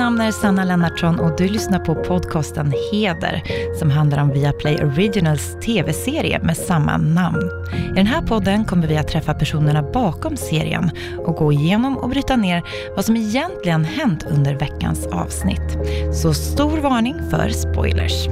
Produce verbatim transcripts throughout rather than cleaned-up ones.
namn är Sanna Lennartsson och du lyssnar på podcasten Heder som handlar om Viaplay Originals tv-serie med samma namn. I den här podden kommer vi att träffa personerna bakom serien och gå igenom och bryta ner vad som egentligen hänt under veckans avsnitt. Så stor varning för spoilers.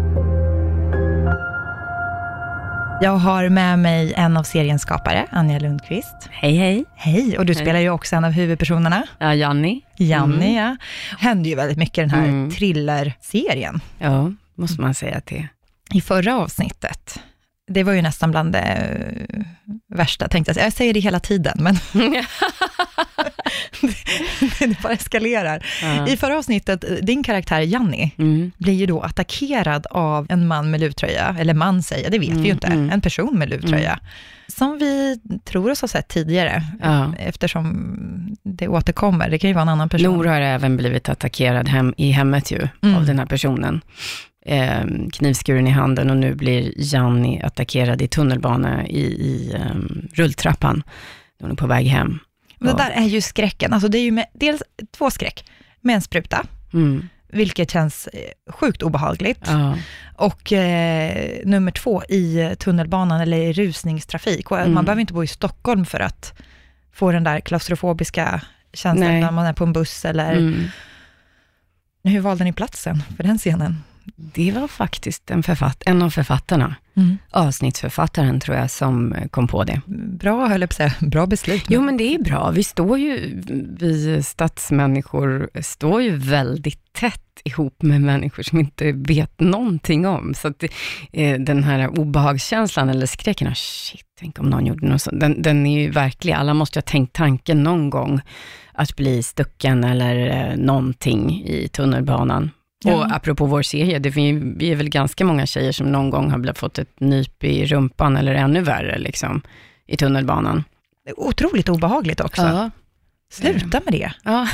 Jag har med mig en av seriens skapare, Anja Lundqvist. Hej, hej. Hej, och du hej. spelar ju också en av huvudpersonerna. Ja, Janni. Janni, mm. ja. Händer ju väldigt mycket i den här mm. thriller-serien. Ja, måste man säga till. I förra avsnittet, det var ju nästan bland det uh, värsta, tänkte jag. Jag säger det hela tiden, men det, det bara eskalerar. Ja. I förra avsnittet, din karaktär Janni mm. blir ju då attackerad av en man med luvtröja, eller man säger, det vet mm. vi ju inte, mm. en person med luvtröja. Mm. Som vi tror oss ha sett tidigare, ja. eftersom det återkommer. Det kan ju vara en annan person. Nor har även blivit attackerad hem, i hemmet ju, mm. av den här personen. Eh, knivskuren i handen, och nu blir Janni attackerad i tunnelbana i, i um, rulltrappan. Hon är på väg hem. Men det där är ju skräcken. Alltså det är ju med, dels två skräck med en spruta. Mm. Vilket känns sjukt obehagligt. Ja. Och eh, nummer två i tunnelbanan eller i rusningstrafik. Och mm. man behöver inte bo i Stockholm för att få den där klaustrofobiska känslan. Nej. När man är på en buss eller... Mm. Hur valde ni platsen för den scenen? Det var faktiskt en, författ- en av författarna. Mm. Avsnittsförfattaren tror jag som kom på det. Bra, höll jag på att säga. Bra beslut. Jo, men det är bra. Vi står ju, vi stadsmänniskor står ju väldigt tätt ihop med människor som inte vet någonting om. Så att det, eh, den här obehagskänslan eller skräcken, ah, shit, tänk om någon gjorde något sånt. Den, den är ju verklig. Alla måste ha tänkt tanken någon gång att bli stucken eller eh, någonting i tunnelbanan. Ja. Och apropå vår serie, det är, vi är väl ganska många tjejer som någon gång har fått ett nyp i rumpan eller ännu värre liksom, i tunnelbanan. Otroligt obehagligt också. Ja. Sluta med det. Ja.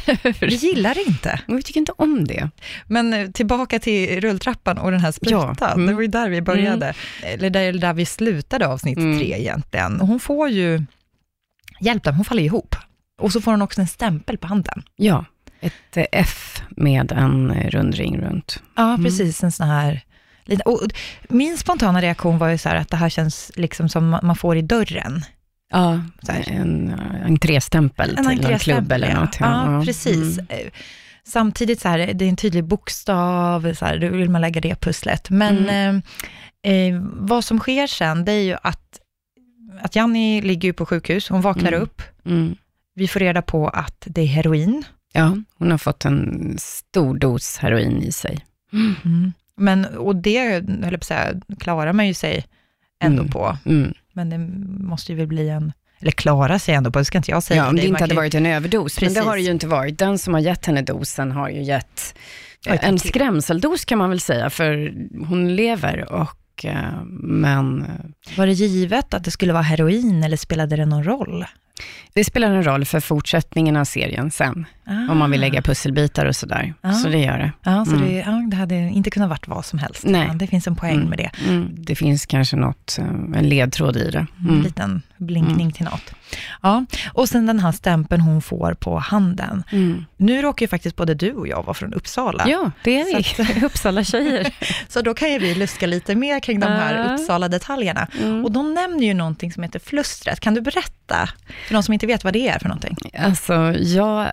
Vi gillar det inte. Vi tycker inte om det. Men tillbaka till rulltrappan och den här sprutan. Ja. Mm. Det var ju där vi började. Mm. Eller där, där vi slutade avsnitt mm. tre egentligen. Och hon får ju hjälp dem, hon faller ihop. Och så får hon också en stämpel på handen. Ja. Ett F med en rundring runt. Ja, precis. En sån här... Och min spontana reaktion var ju så här att det här känns liksom som man får i dörren. Ja, en entréstämpel till en, en klubb eller något. Ja, ja precis. Mm. Samtidigt så här, det är en tydlig bokstav, så här, då vill man lägga det pusslet. Men mm. eh, vad som sker sen, det är ju att, att Janni ligger ju på sjukhus. Hon vaknar mm. upp. Mm. Vi får reda på att det är heroin. Ja, hon har fått en stor dos heroin i sig. Mm. Mm. Men, och det, höll jag på att säga, klarar man ju sig ändå mm. på. Mm. Men det måste ju väl bli en... Eller klara sig ändå på, det ska inte jag säga. Ja, om det, det inte hade ju... varit en överdos. Precis. Men det har det ju inte varit. Den som har gett henne dosen har ju gett Oj, en skrämseldos kan man väl säga. För hon lever och... Men... Var det givet att det skulle vara heroin eller spelade det någon roll? Det spelar en roll för fortsättningen av serien sen. Ah. Om man vill lägga pusselbitar och sådär. Ah. Så det gör det. Ja, så mm. det, ja, det hade inte kunnat varit vad som helst. Nej. Det finns en poäng mm. med det. Mm. Det finns kanske något, en ledtråd i det. Mm. En liten blinkning mm. till något. Ja, och sen den här stämpeln hon får på handen. Mm. Nu råkar ju faktiskt både du och jag vara från Uppsala. Ja, det är vi. Uppsala-tjejer. Så då kan ju vi luska lite mer kring de här uh. Uppsala-detaljerna. Mm. Och de nämner ju någonting som heter flustret. Kan du berätta för någon som inte vet vad det är för någonting? Alltså, jag...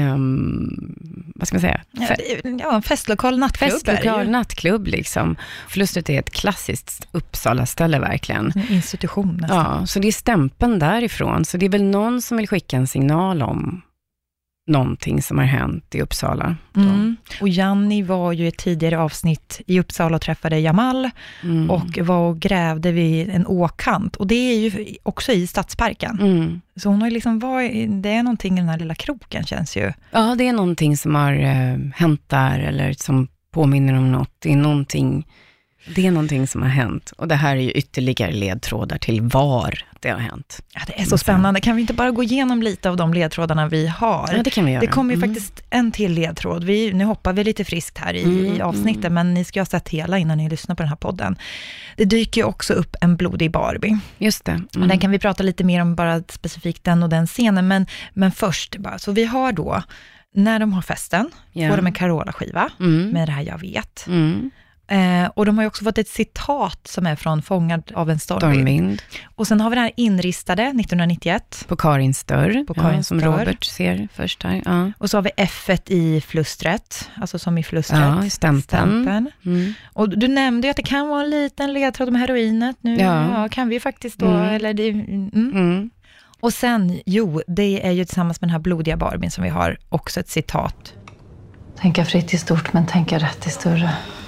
Um, vad ska man säga? Fe- ja, en festlokal nattklubb. Festlokal nattklubb liksom. Flustret är ett klassiskt Uppsala-ställe verkligen. En institution nästan. Ja, så det är stämpeln därifrån. Så det är väl någon som vill skicka en signal om någonting som har hänt i Uppsala. Mm. Och Janni var ju i ett tidigare avsnitt i Uppsala och träffade Jamal mm. och var och grävde vid en åkant. Och det är ju också i Stadsparken. Mm. Så hon har ju liksom varit, det är någonting i den här lilla kroken känns ju. Ja, det är någonting som har eh, hänt där eller som påminner om något. Det är någonting... Det är någonting som har hänt. Och det här är ju ytterligare ledtrådar till var det har hänt. Ja, det är så spännande. Kan vi inte bara gå igenom lite av de ledtrådarna vi har? Ja, det kan vi göra. Det kommer ju mm. faktiskt en till ledtråd. Vi, nu hoppar vi lite friskt här i, mm. i avsnittet, mm. men ni ska ha sett hela innan ni lyssnar på den här podden. Det dyker ju också upp en blodig Barbie. Just det. Mm. Den kan vi prata lite mer om bara specifikt den och den scenen. Men, men först bara, så vi har då när de har festen yeah. får de en Carola-skiva mm. med det här Jag vet. Mm. Eh, och de har ju också fått ett citat som är från Fångad av en stormvind. stormvind. Och sen har vi den här inristade nittonhundranittioett. På Karins dörr. På Karins ja, som dörr. Robert ser först här. Ja. Och så har vi F i flustret. Alltså som i flustret. Ja, stämpen. stämpen. Mm. Och du nämnde ju att det kan vara en liten ledtråd med heroinet. Nu ja. Ja, kan vi faktiskt då. Mm. Eller det, mm. Mm. Och sen, jo, det är ju tillsammans med den här blodiga Barbien som vi har också ett citat. Tänka fritt i stort, men tänka rätt i större.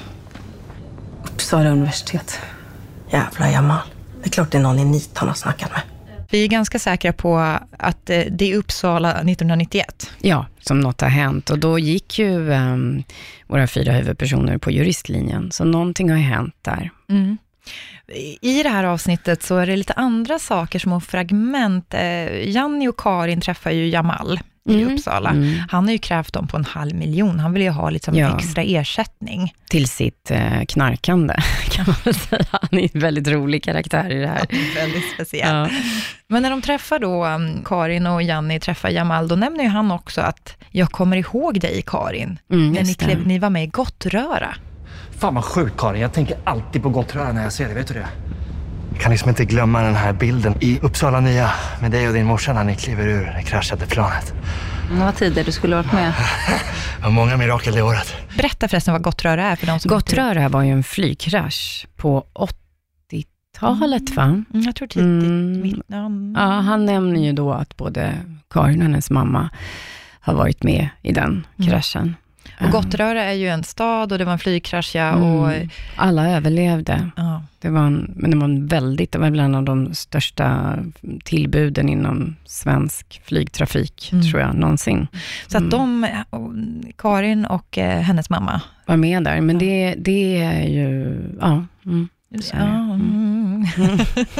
Uppsala universitet. Jävla Jamal. Det är klart det är någon i nit han har snackat med. Vi är ganska säkra på att det är Uppsala nittonhundranittioett. Ja, som något har hänt. Och då gick ju um, våra fyra huvudpersoner på juristlinjen. Så någonting har hänt där. Mm. I det här avsnittet så är det lite andra saker som fragment. Janni och Karin träffar ju Jamal i mm. Uppsala. Mm. Han har ju krävt dem på en halv miljon. Han vill ju ha liksom ja. extra ersättning. Till sitt eh, knarkande kan man väl säga. Han är en väldigt rolig karaktär i det här. Ja, väldigt speciell. Ja. Men när de träffar då, um, Karin och Janni träffar Jamal, då nämner ju han också att jag kommer ihåg dig, Karin. Mm, när ni, klev, ni var med i Gottröra. Fan vad sjukt, Karin. Jag tänker alltid på Gottröra när jag ser det, vet du det? Jag kan liksom inte glömma den här bilden i Uppsala nya med dig och din morsa när ni kliver ur det kraschade planet. Det var tidigare du skulle varit med. Det var många mirakel det året. Berätta förresten vad Gottröra är för de som Gottröra var ju en flygkrasch på åttiotalet, va? Mm, jag tror tidigt. Mm. Ja, han nämner ju då att både Karin och hennes mamma har varit med i den kraschen. Mm. Och Gottröra är ju en stad och det var en flygkrasch, ja, och mm. alla överlevde. Ja. Det var en, men det var en väldigt, det var bland av de största tillbuden inom svensk flygtrafik, mm. tror jag, någonsin. Så att de, Karin och eh, hennes mamma var med där, men ja. det, det är ju, ja. Mm. Så, ja. Mm. Mm.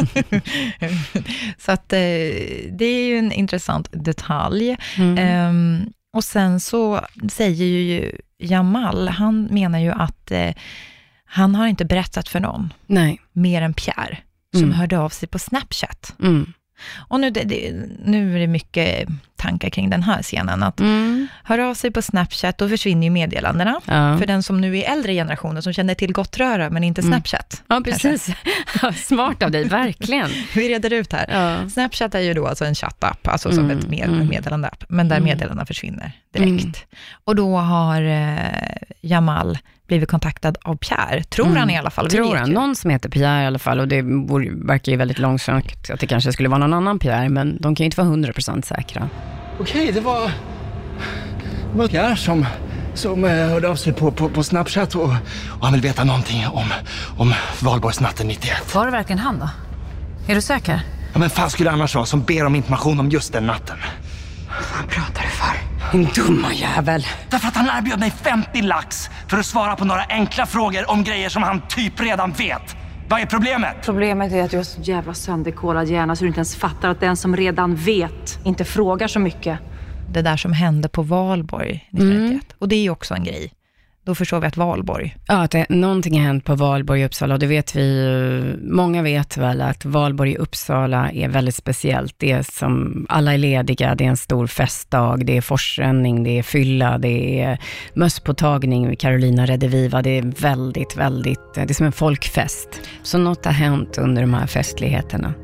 Så att eh, det är ju en intressant detalj. Mm. Um, Och sen så säger ju Jamal, han menar ju att eh, han har inte berättat för någon. Nej. Mer än Pierre, som mm. hörde av sig på Snapchat. Mm. Och nu, det, det, nu är det mycket tankar kring den här scenen. Att mm. höra av sig på Snapchat, då försvinner ju meddelandena. Ja. För den som nu är äldre generationen som känner till Gottröra men inte Snapchat. Mm. Ja, precis. Smart av dig, verkligen. Vi reder ut här. Ja. Snapchat är ju då alltså en chattapp, alltså som mm. ett med, mm. meddelandeapp. Men där mm. meddelandena försvinner direkt. Mm. Och då har eh, Jamal blivit kontaktad av Pierre. Tror mm. han i alla fall. Tror han. Någon som heter Pierre i alla fall. Och det verkar ju väldigt långsamt att det kanske skulle vara någon annan Pierre. Men de kan ju inte vara hundra procent säkra. Okej, det var... Det var Pierre som, som eh, hörde av sig på, på, på Snapchat. Och, och han vill veta någonting om, om Valborgsnatten nittioett. Var det verkligen han då? Är du säker? Ja, men fan skulle det annars vara som ber om information om just den natten? Vad fan pratar du för? Din dumma jävel. Därför att han erbjöd mig femtio lax för att svara på några enkla frågor om grejer som han typ redan vet. Vad är problemet? Problemet är att du har så jävla sönderkolad hjärna så du inte ens fattar att den som redan vet inte frågar så mycket. Det där som hände på Valborg nittonhundranittioett. Mm. Och det är ju också en grej. Då förstår vi att Valborg... Ja, att det, någonting har hänt på Valborg i Uppsala. Och det vet vi, många vet väl att Valborg i Uppsala är väldigt speciellt. Det är som alla är lediga, det är en stor festdag, det är forsränning, det är fylla, det är mösspåtagning vid Carolina Rediviva. Det är väldigt, väldigt, det är som en folkfest. Så något har hänt under de här festligheterna.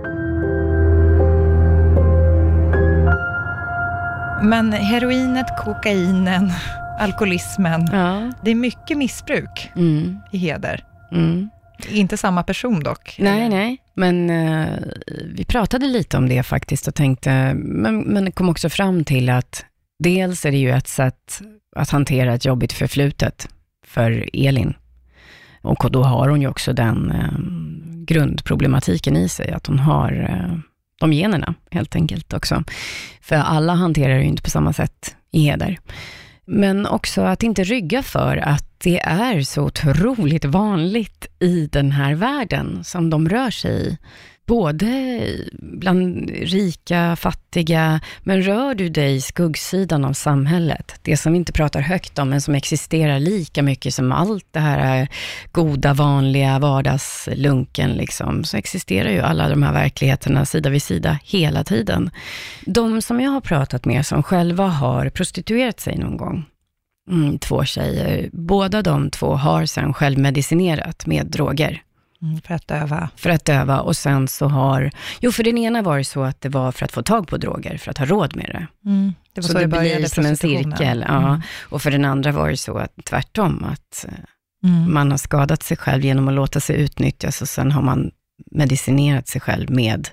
Men heroinet, kokainen, alkoholismen, ja. Det är mycket missbruk mm. i Heder. Mm. Inte samma person dock. Nej, eller? nej. Men uh, vi pratade lite om det faktiskt och tänkte, men, men kom också fram till att dels är det ju ett sätt att hantera ett jobbigt förflutet för Elin. Och då har hon ju också den uh, grundproblematiken i sig, att hon har... Uh, de generna helt enkelt också. För alla hanterar ju inte på samma sätt i Heder. Men också att inte rygga för att det är så otroligt vanligt i den här världen som de rör sig i. Både bland rika, fattiga, men rör du dig i skuggsidan av samhället, det som vi inte pratar högt om men som existerar lika mycket som allt det här goda, vanliga vardagslunken liksom, så existerar ju alla de här verkligheterna sida vid sida hela tiden. De som jag har pratat med som själva har prostituerat sig någon gång, mm, två tjejer, båda de två har sedan självmedicinerat med droger. Mm, för att döva. För att döva och sen så har... Jo, för den ena var det så att det var för att få tag på droger, för att ha råd med det. Mm, det var så, så det blir som en cirkel. Ja. Mm. Och för den andra var det så att tvärtom, att mm. man har skadat sig själv genom att låta sig utnyttjas och sen har man medicinerat sig själv med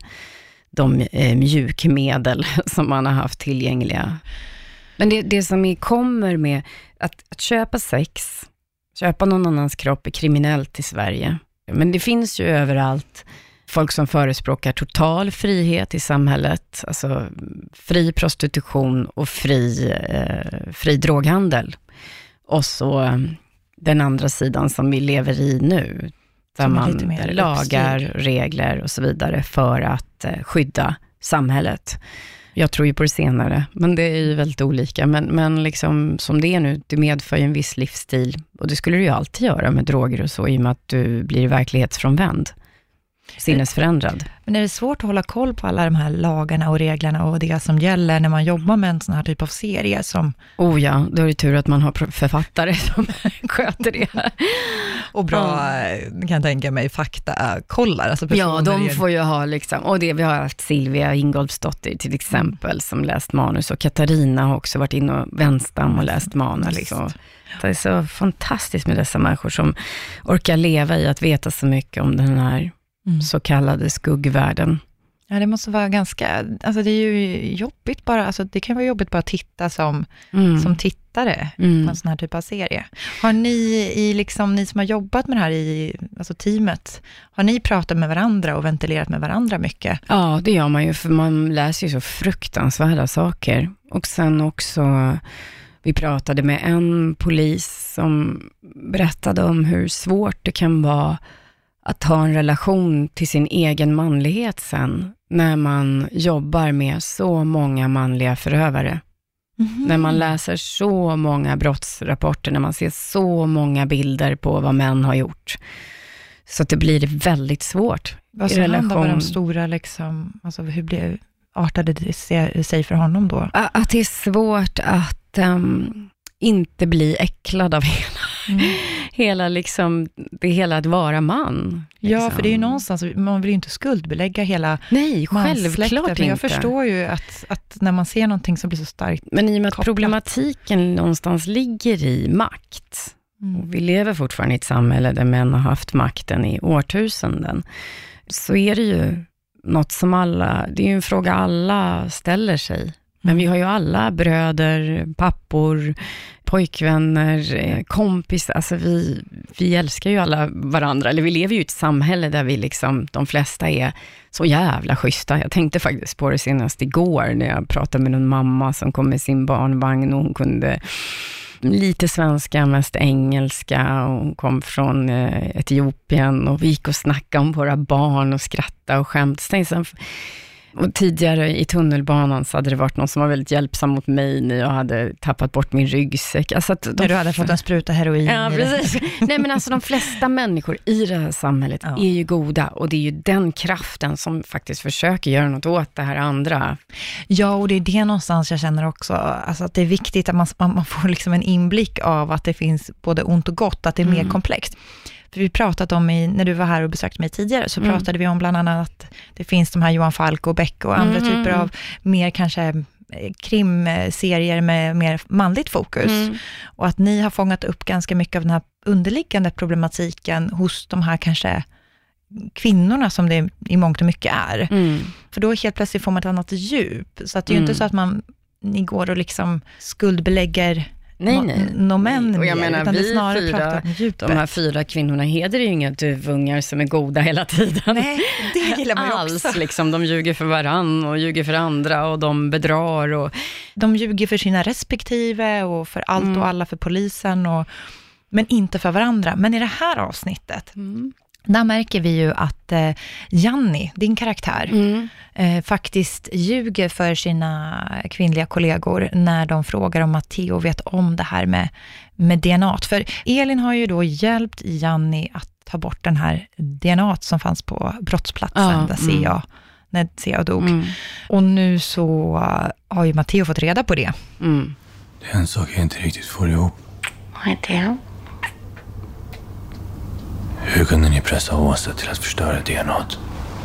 de eh, mjukmedel som man har haft tillgängliga. Men det, det som kommer med att, att köpa sex, köpa någon annans kropp är kriminellt i Sverige. Men det finns ju överallt folk som förespråkar total frihet i samhället, alltså fri prostitution och fri, eh, fri droghandel. Och så den andra sidan som vi lever i nu, där man lagar, regler och så vidare för att eh, skydda samhället. Jag tror ju på det senare, men det är ju väldigt olika. Men, men liksom, som det är nu, det medför ju en viss livsstil. Och det skulle du ju alltid göra med droger och så, i och med att du blir verklighetsfrånvänd. Sinnesförändrad. Men är det svårt att hålla koll på alla de här lagarna och reglerna och det som gäller när man jobbar med en sån här typ av serie som... Oh ja, då är det tur att man har författare som sköter det här. Och bra, mm. kan jag tänka mig, faktakollar. Alltså ja, de får ju ha liksom, och det vi har haft Silvia Ingolfsdotter till exempel mm. som läst manus, och Katarina har också varit inne och vänstam och läst manus. Liksom. Det är så fantastiskt med dessa människor som orkar leva i att veta så mycket om den här Mm. så kallade skuggvärlden. Ja, det måste vara ganska, alltså det är ju jobbigt bara, alltså det kan vara jobbigt bara att titta som, mm. som tittare mm. på en sån här typ av serie. Har ni i liksom, ni som har jobbat med det här i, alltså teamet, har ni pratat med varandra och ventilerat med varandra mycket? Ja, det gör man ju, för man läser ju så fruktansvärda saker. Och sen också, vi pratade med en polis som berättade om hur svårt det kan vara att ha en relation till sin egen manlighet sen, när man jobbar med så många manliga förövare. Mm-hmm. När man läser så många brottsrapporter, när man ser så många bilder på vad män har gjort. Så att det blir väldigt svårt. Vad som handlar om de stora, liksom, alltså hur blev, artade det sig för honom då? Att det är svårt att um, inte bli äcklad av hela Mm. hela liksom, det hela att vara man. Liksom. Ja, för det är ju någonstans, man vill ju inte skuldbelägga hela Nej, självklart inte. Jag förstår ju att, att när man ser någonting som blir så starkt Men i och med att kopplat. Problematiken någonstans ligger i makt. Mm. Och vi lever fortfarande i ett samhälle där män har haft makten i årtusenden. Så är det ju något som alla, det är ju en fråga alla ställer sig. Men vi har ju alla bröder, pappor, pojkvänner, kompisar. Alltså vi, vi älskar ju alla varandra. Eller vi lever ju i ett samhälle där vi liksom, de flesta är så jävla schyssta. Jag tänkte faktiskt på det senast igår när jag pratade med någon mamma som kom med sin barnvagn. Och hon kunde lite svenska, mest engelska. Och hon kom från eh, Etiopien och vi gick och snackade om våra barn och skrattade och skämtade. Och tidigare i tunnelbanan så hade det varit någon som var väldigt hjälpsam mot mig när jag hade tappat bort min ryggsäck. Alltså att de... När du hade fått en spruta heroin. Ja, precis. Nej, men alltså de flesta människor i det här samhället ja. är ju goda. Och det är ju den kraften som faktiskt försöker göra något åt det här andra. Ja, och det är det någonstans jag känner också. Alltså att det är viktigt att man, man får liksom en inblick av att det finns både ont och gott. Att det är mm. mer komplext. För vi pratat om, i, när du var här och besökte mig tidigare, så mm. pratade vi om bland annat att det finns de här Johan Falk och Beck och andra mm. typer av mer kanske krimserier med mer manligt fokus. Mm. Och att ni har fångat upp ganska mycket av den här underliggande problematiken hos de här kanske kvinnorna som det i mångt och mycket är. Mm. För då helt plötsligt får man ett annat djup. Så att det är ju mm. inte så att man, ni går och liksom skuldbelägger Nej, nej. No män och jag mer, menar, vi fyra, de här fyra kvinnorna hedrar ju inga duvungar som är goda hela tiden. Nej, det gillar man ju Alls, också. Liksom, de ljuger för varann och ljuger för andra och de bedrar. Och... De ljuger för sina respektive och för allt mm. och alla för polisen. Och men inte för varandra. Men i det här avsnittet, mm. där märker vi ju att eh, Janni, din karaktär, mm. eh, faktiskt ljuger för sina kvinnliga kollegor när de frågar om Matteo vet om det här med, med D N A. För Elin har ju då hjälpt Janni att ta bort den här D N A som fanns på brottsplatsen, ja, där mm. C A, när C A dog. Mm. Och nu så har ju Matteo fått reda på det. Mm. Det är en sak jag inte riktigt får ihop. Vad är det? Hur kunde ni pressa Åsa till att förstöra D N A?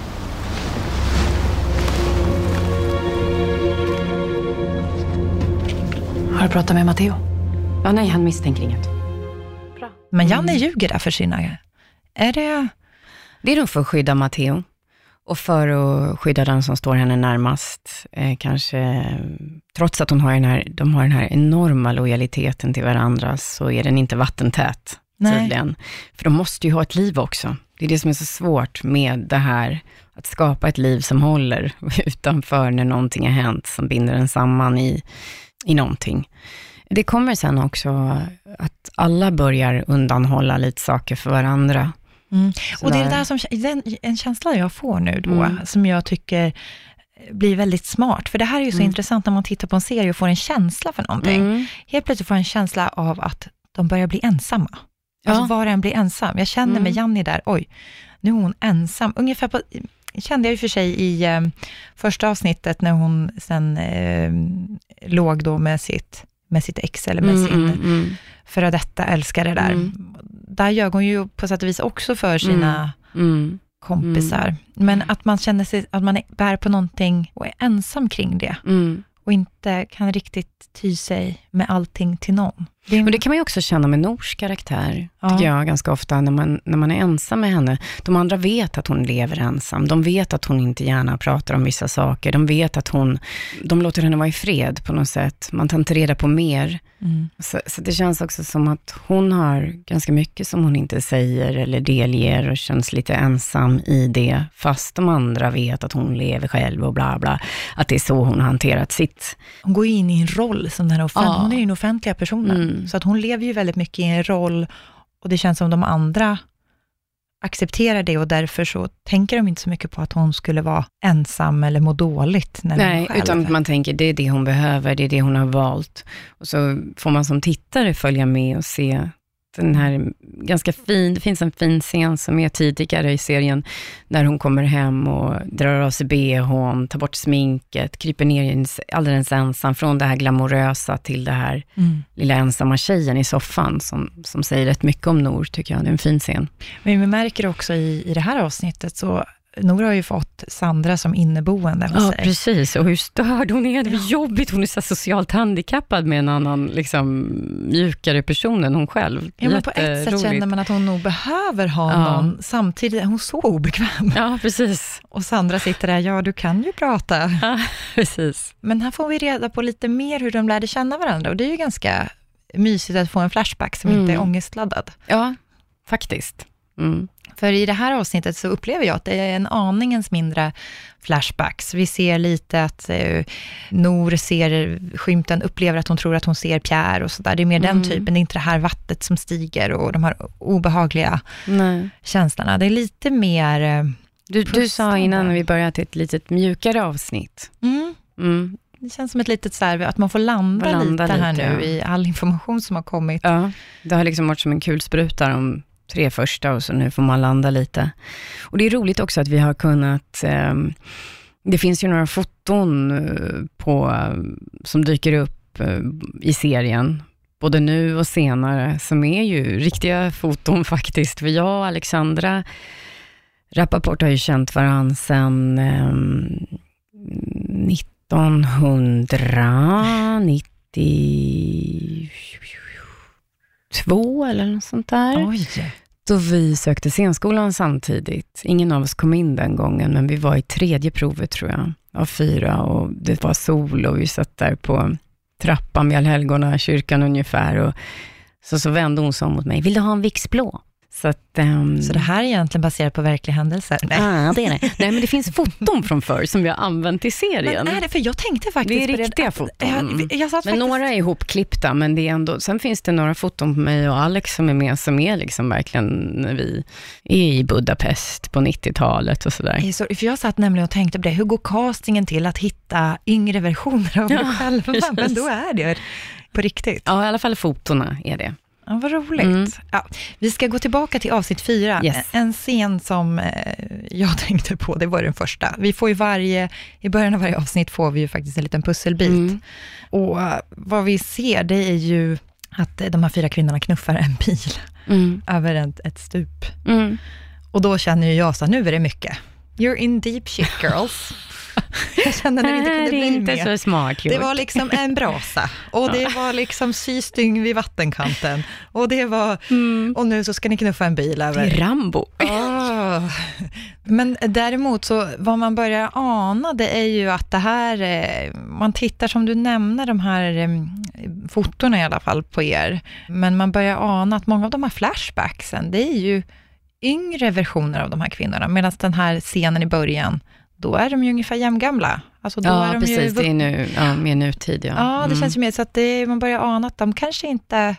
Har du pratat med Matteo? Ja, nej, han misstänker inget. Bra. Men Janne mm. ljuger där för sina... Är det... Det är nog för att skydda Matteo. Och för att skydda den som står henne närmast. Eh, kanske, trots att hon har den här, de har den här enorma lojaliteten till varandra, så är den inte vattentät. Tydligen. För de måste ju ha ett liv också. Det är det som är så svårt med det här. Att skapa ett liv som håller utanför när någonting har hänt, som binder en samman i, i någonting. Det kommer sen också att alla börjar undanhålla lite saker för varandra. Mm. Och det är det där som, den, en känsla jag får nu då, mm. som jag tycker blir väldigt smart. För det här är ju så mm. intressant när man tittar på en serie och får en känsla för någonting. Mm. Helt plötsligt får jag en känsla av att de börjar bli ensamma. Alltså ja. var en blir ensam. Jag känner mm. med Janni där, oj, nu är hon ensam. Ungefär på, kände jag ju för sig i eh, första avsnittet när hon sen eh, låg då med sitt, med sitt ex eller med mm, sin mm, mm. före detta älskare där. Mm. Där gör hon ju på sätt och vis också för sina mm, mm, kompisar. Mm. Men att man känner sig, att man bär på någonting och är ensam kring det. Mm. Och inte kan riktigt ty sig med allting till någon. Det, men det kan man ju också känna med Nors karaktär, ja. tycker jag, ganska ofta när man, när man är ensam med henne. De andra vet att hon lever ensam. De vet att hon inte gärna pratar om vissa saker. De vet att hon, de låter henne vara i fred på något sätt. Man tar inte reda på mer. Mm. Så, så det känns också som att hon har ganska mycket som hon inte säger eller delger och känns lite ensam i det. Fast de andra vet att hon lever själv och bla bla. Att det är så hon har hanterat sitt. Hon går in i en roll som den här offent- ja. Hon är ju en offentliga personen. Mm. Så att hon lever ju väldigt mycket i en roll och det känns som de andra accepterar det och därför så tänker de inte så mycket på att hon skulle vara ensam eller må dåligt. När Nej, utan man tänker det är det hon behöver, det är det hon har valt. Och så får man som tittare följa med och se den här ganska fin, det finns en fin scen som är tidigare i serien när hon kommer hem och drar av sig B H:n, tar bort sminket, kryper ner alldeles ensam från det här glamorösa till det här mm. lilla ensamma tjejen i soffan som, som säger rätt mycket om Nor, tycker jag. Det är en fin scen. Men vi märker också i, i det här avsnittet så Nor har ju fått Sandra som inneboende hos ja, sig. Precis. Och hur störd hon är. Det är ja. jobbigt. Hon är så socialt handikappad med en annan liksom, mjukare person än hon själv. Ja, men på ett sätt känner man att hon nog behöver ha ja. någon. Samtidigt är hon så obekväm. Ja, precis. Och Sandra sitter där, ja du kan ju prata. Ja, precis. Men här får vi reda på lite mer hur de lärde känna varandra. Och det är ju ganska mysigt att få en flashback som mm. inte är ångestladdad. Ja, faktiskt. Mm. För i det här avsnittet så upplever jag att det är en aningens mindre flashbacks. Vi ser lite att eh, Nor ser skymten, upplever att hon tror att hon ser Pierre och sådär. Det är mer mm. den typen, det är inte det här vattnet som stiger och de här obehagliga Nej. känslorna. Det är lite mer... Eh, du, du sa innan vi började till ett litet mjukare avsnitt. Mm. Mm. Det känns som ett litet så här, att man får landa, landa lite här lite, nu ja. i all information som har kommit. Ja, det har liksom varit som en kulspruta om tre första och så nu får man landa lite. Och det är roligt också att vi har kunnat eh, det finns ju några foton på, som dyker upp eh, i serien både nu och senare som är ju riktiga foton faktiskt. För jag och Alexandra Rappaport har ju känt varandra sedan eh, nittonhundranittiotvå eller något sånt där. Oj. Då vi sökte scenskolan samtidigt. Ingen av oss kom in den gången, men vi var i tredje provet tror jag, av fyra, och det var sol och vi satt där på trappan vid Allhelgona kyrkan ungefär, och så, så vände hon sig om mot mig. Vill du ha en Vicks blå? Så, att, um... så det här är egentligen baserat på verkliga händelser? Nej. Ah, det är det. Nej, men det finns foton från förr som vi har använt i serien. Men är det? För jag tänkte faktiskt... Det är riktiga foton. Jag, jag men faktiskt... några är ihopklippta, men det är ändå... Sen finns det några foton på mig och Alex som är med, som är liksom verkligen när vi är i Budapest på nittiotalet och sådär. Så, för jag satt nämligen och tänkte på det. Hur går castingen till att hitta yngre versioner av ja, mig själva? Precis. Men då är det på riktigt. Ja, i alla fall fotorna är det. Ja, vad roligt. Mm. Ja, vi ska gå tillbaka till avsnitt fyra. Yes. En scen som eh, jag tänkte på, det var den första. Vi får ju varje, i början av varje avsnitt får vi ju faktiskt en liten pusselbit. Mm. Och uh, vad vi ser, det är ju att de här fyra kvinnorna knuffar en bil mm. över ett, ett stup. Mm. Och då känner ju jag så, nu är det mycket. You're in deep shit, girls. Jag kände när det inte kunde bli inte mer. Så smart gjort. Det var liksom en brasa. Och det var liksom systyng vid vattenkanten. Och det var... Mm. Och nu så ska ni knuffa en bil över. Det är Rambo. Oh. Men däremot så vad man börjar ana, det är ju att det här... Man tittar som du nämner de här fotorna i alla fall på er. Men man börjar ana att många av de här flashbacksen, det är ju yngre versioner av de här kvinnorna. Medan den här scenen i början, då är de ju ungefär jämngamla. Alltså då ja, är de precis. ju... Det är nu, ja, mer nutid. Ja, ja det mm. känns ju mer så att det, man börjar ana att de kanske inte...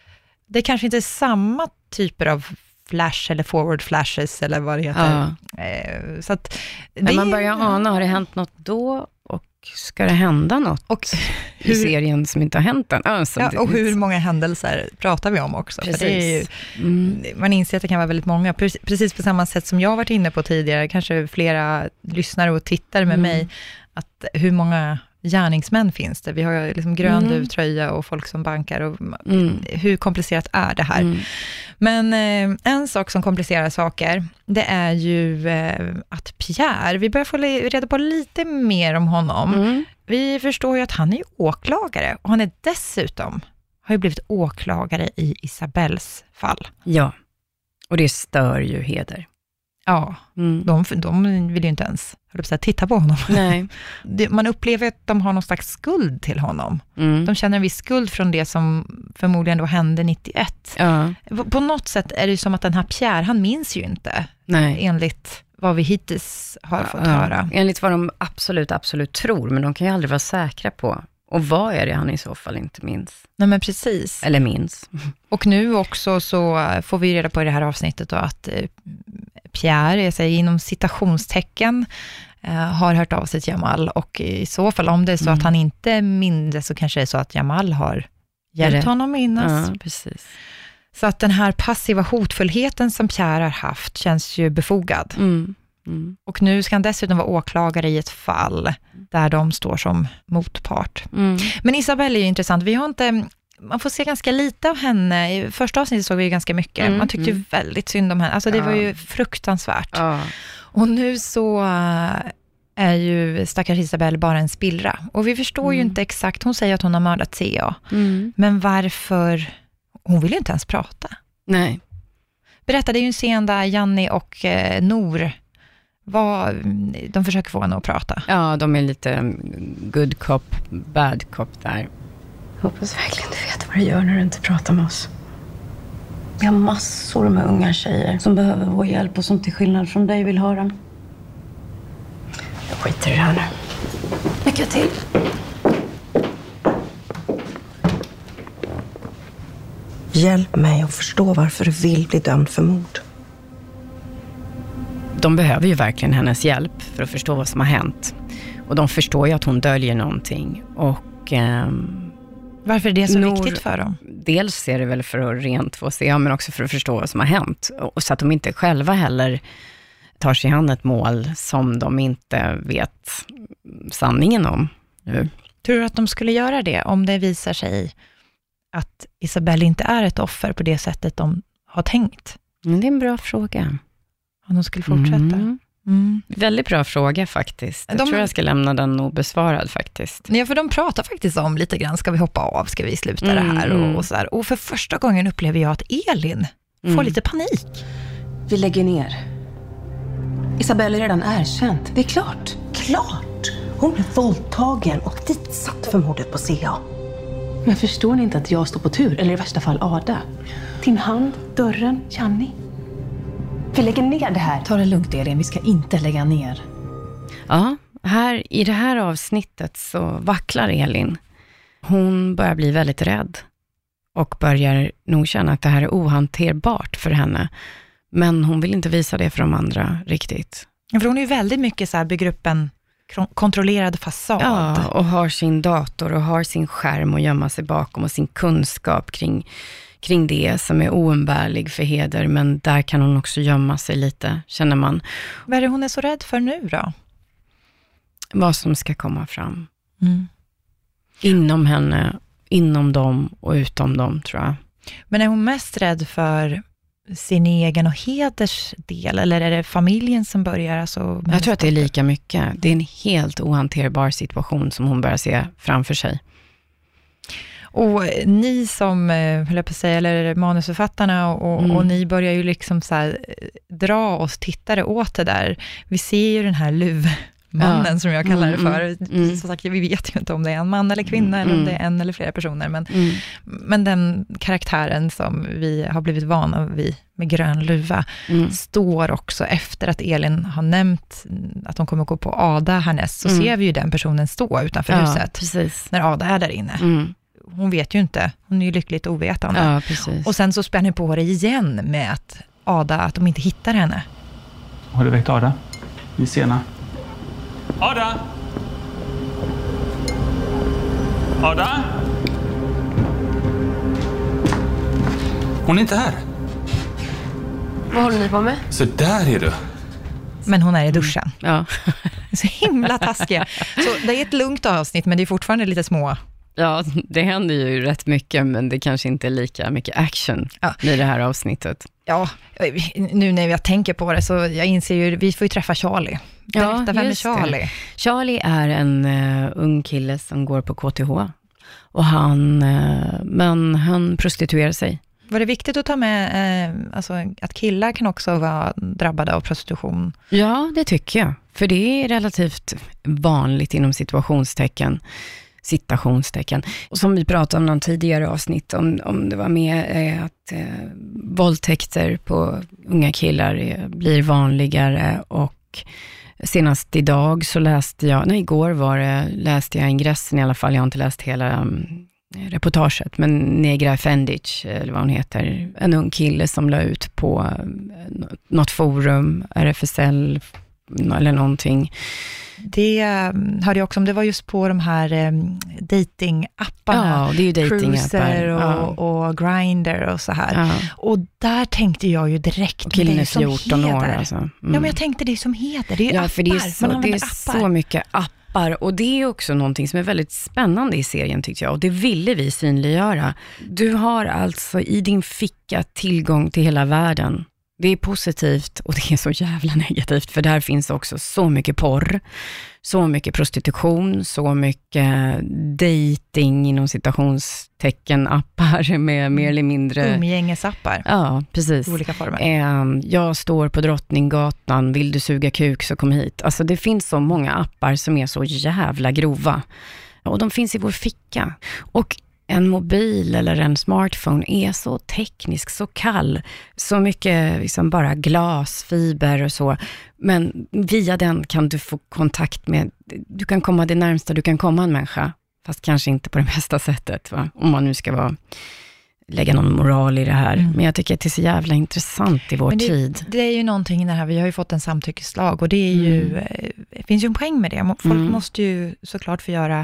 Det kanske inte är samma typer av flash eller forward flashes eller vad det heter. Ja. Eh, så att det, men man börjar ana, har det hänt något då? Och ska det hända något och hur, i serien som inte har hänt än? Alltså, ja, och hur många händelser pratar vi om också? Precis. För det är ju, mm. Man inser att det kan vara väldigt många. Precis på samma sätt som jag har varit inne på tidigare, kanske flera lyssnare och tittare med mm. mig, att hur många gärningsmän finns det? Vi har ju liksom grön mm. tröja och folk som bankar. Och mm. Hur komplicerat är det här? Mm. Men eh, en sak som komplicerar saker, det är ju eh, att Pierre, vi börjar få reda på lite mer om honom. Mm. Vi förstår ju att han är åklagare och han är dessutom, har ju blivit åklagare i Isabelles fall. Ja, och det stör ju Heder. Ja, mm. de, de vill ju inte ens titta på honom. Nej. Man upplever att de har någon slags skuld till honom. Mm. De känner en viss skuld från det som förmodligen då hände nittioett. Ja. På något sätt är det som att den här Pierre, han minns ju inte. Nej. Enligt vad vi hittills har ja, fått höra. Enligt vad de absolut, absolut tror, men de kan ju aldrig vara säkra på. Och vad är det han i så fall inte minns? Nej, men precis. Eller minns. Och nu också så får vi reda på i det här avsnittet då att Pierre, jag säger inom citationstecken, har hört av sig till Jamal. Och i så fall, om det är så mm. att han inte minns, så kanske det är så att Jamal har hjälpt honom minnas. Ja, precis. Så att den här passiva hotfullheten som Pierre har haft känns ju befogad. Mm. Mm. Och nu ska han dessutom vara åklagare i ett fall där de står som motpart. Mm. Men Isabelle är ju intressant. Vi har inte, man får se ganska lite av henne. I första avsnittet såg vi ju ganska mycket. Mm. Man tyckte ju väldigt synd om henne. Alltså det ja. var ju fruktansvärt. Ja. Och nu så är ju stackars Isabelle bara en spillra. Och vi förstår mm. ju inte exakt. Hon säger att hon har mördat C A. Mm. Men varför? Hon vill ju inte ens prata. Nej. Berättade ju en scen där Janni och eh, Nor Vad, de försöker få henne att prata. Ja, de är lite good cop, bad cop där. Jag hoppas verkligen du vet vad du gör när du inte pratar med oss. Vi har massor med unga tjejer som behöver vår hjälp och som till skillnad från dig vill ha den. Jag skiter i det här nu. Lycka till. Hjälp mig att förstå varför du vill bli dömd för mord. De behöver ju verkligen hennes hjälp för att förstå vad som har hänt. Och de förstår ju att hon döljer någonting. Och, ehm, varför är det så Nor, viktigt för dem? Dels är det väl för att rent få se, men också för att förstå vad som har hänt. Och så att de inte själva heller tar sig an ett mål som de inte vet sanningen om nu. Tror du att de skulle göra det om det visar sig att Isabelle inte är ett offer på det sättet de har tänkt? Men det är en bra fråga. Om de skulle fortsätta. Mm. Mm. Väldigt bra fråga faktiskt. Jag de, tror jag ska lämna den obesvarad faktiskt. Ja, för de pratar faktiskt om lite grann, ska vi hoppa av, ska vi sluta mm. det här och, och så här. Och för första gången upplever jag att Elin mm. får lite panik. Vi lägger ner. Isabelle är redan erkänt. Det är klart. Klart! Hon blev våldtagen och ditsatt för mordet på C A. Men förstår ni inte att jag står på tur? Eller i värsta fall Ada? Din hand, dörren, Janni. Vi lägger ner det här. Ta det lugnt, Elin. Vi ska inte lägga ner. Ja, här, i det här avsnittet så vacklar Elin. Hon börjar bli väldigt rädd. Och börjar nog känna att det här är ohanterbart för henne. Men hon vill inte visa det för de andra riktigt. För hon är ju väldigt mycket så här, bygger upp en kontrollerad fasad. Ja, och har sin dator och har sin skärm att gömma sig bakom och sin kunskap kring, kring det som är oumbärlig för Heder. Men där kan hon också gömma sig lite, känner man. Vad är det hon är så rädd för nu då? Vad som ska komma fram. Mm. Inom henne, inom dem och utom dem, tror jag. Men är hon mest rädd för sin egen och Heders del? Eller är det familjen som börjar? Alltså, jag tror att det är lika mycket. Det är en helt ohanterbar situation som hon börjar se framför sig. Och ni som, höll jag på att säga, eller manusförfattarna och, mm. och ni börjar ju liksom så här, dra oss tittare åt det där. Vi ser ju den här luvmannen, ja. som jag kallar det för. Mm. Mm. Som sagt, vi vet ju inte om det är en man eller kvinna mm. eller om det är en eller flera personer. Men, mm. men den karaktären som vi har blivit vana vid med grön luva mm. står också efter att Elin har nämnt att de kommer gå på Ada härnäst. Så mm. ser vi ju den personen stå utanför ja, huset precis. När Ada är där inne. Mm. Hon vet ju inte. Hon är ju lyckligt ovetande. Ja, precis. Och sen så spänner på det igen med att Ada, att de inte hittar henne. Har du väckt Ada? Vi är sena. Ada! Ada! Hon är inte här. Vad håller ni på med? Så där är du. Men hon är i duschen. Ja. Så himla taskiga. Så det är ett lugnt avsnitt, men det är fortfarande lite små. Ja, det händer ju rätt mycket, men det kanske inte är lika mycket action ja. i det här avsnittet. Ja, nu när jag tänker på det så jag inser ju, vi får ju träffa Charlie. Berätta, ja, vem är Charlie? Det. Charlie är en uh, ung kille som går på K T H. Och han, uh, men han prostituerar sig. Var det viktigt att ta med eh, alltså, att killar kan också vara drabbade av prostitution? Ja, det tycker jag. För det är relativt vanligt inom situationstecken. Citationstecken. Och som vi pratade om någon tidigare avsnitt, om, om det var med eh, att eh, våldtäkter på unga killar eh, blir vanligare, och senast idag så läste jag, nej igår var det, läste jag ingressen i alla fall, jag har inte läst hela um, reportaget, men Negra Fendic, eller vad hon heter, en ung kille som la ut på uh, något forum, R F S L eller någonting. Det hörde jag också om, det var just på de här um, datingapparna. Ja, det är ju datingappar. Och, ja. och Grindr och så här. Ja. Och där tänkte jag ju direkt, och killen är fjorton år alltså. Mm. Ja, men jag tänkte det är som heter, det är ja, appar. För det är så, Man det är appar. så mycket appar, och det är också någonting som är väldigt spännande i serien, tyckte jag, och det ville vi synliggöra. Du har alltså i din ficka tillgång till hela världen. Det är positivt och det är så jävla negativt, för där finns också så mycket porr, så mycket prostitution, så mycket dating inom citationstecken appar med mer eller mindre umgängesappar. Ja, precis. I olika former. Eh, jag står på Drottninggatan, vill du suga kuk så kom hit. Alltså det finns så många appar som är så jävla grova. Och de finns i vår ficka. Och en mobil eller en smartphone är så teknisk, så kall, så mycket liksom bara glas, fiber och så. Men via den kan du få kontakt med, du kan komma det närmsta du kan komma en människa, fast kanske inte på det bästa sättet, va? Om man nu ska vara, lägga någon moral i det här. Mm. Men jag tycker att det är så jävla intressant i vår det, tid. Det är ju någonting i det här, vi har ju fått en samtyckeslag, och det är ju, mm. det finns ju en poäng med det. Folk mm. måste ju såklart få göra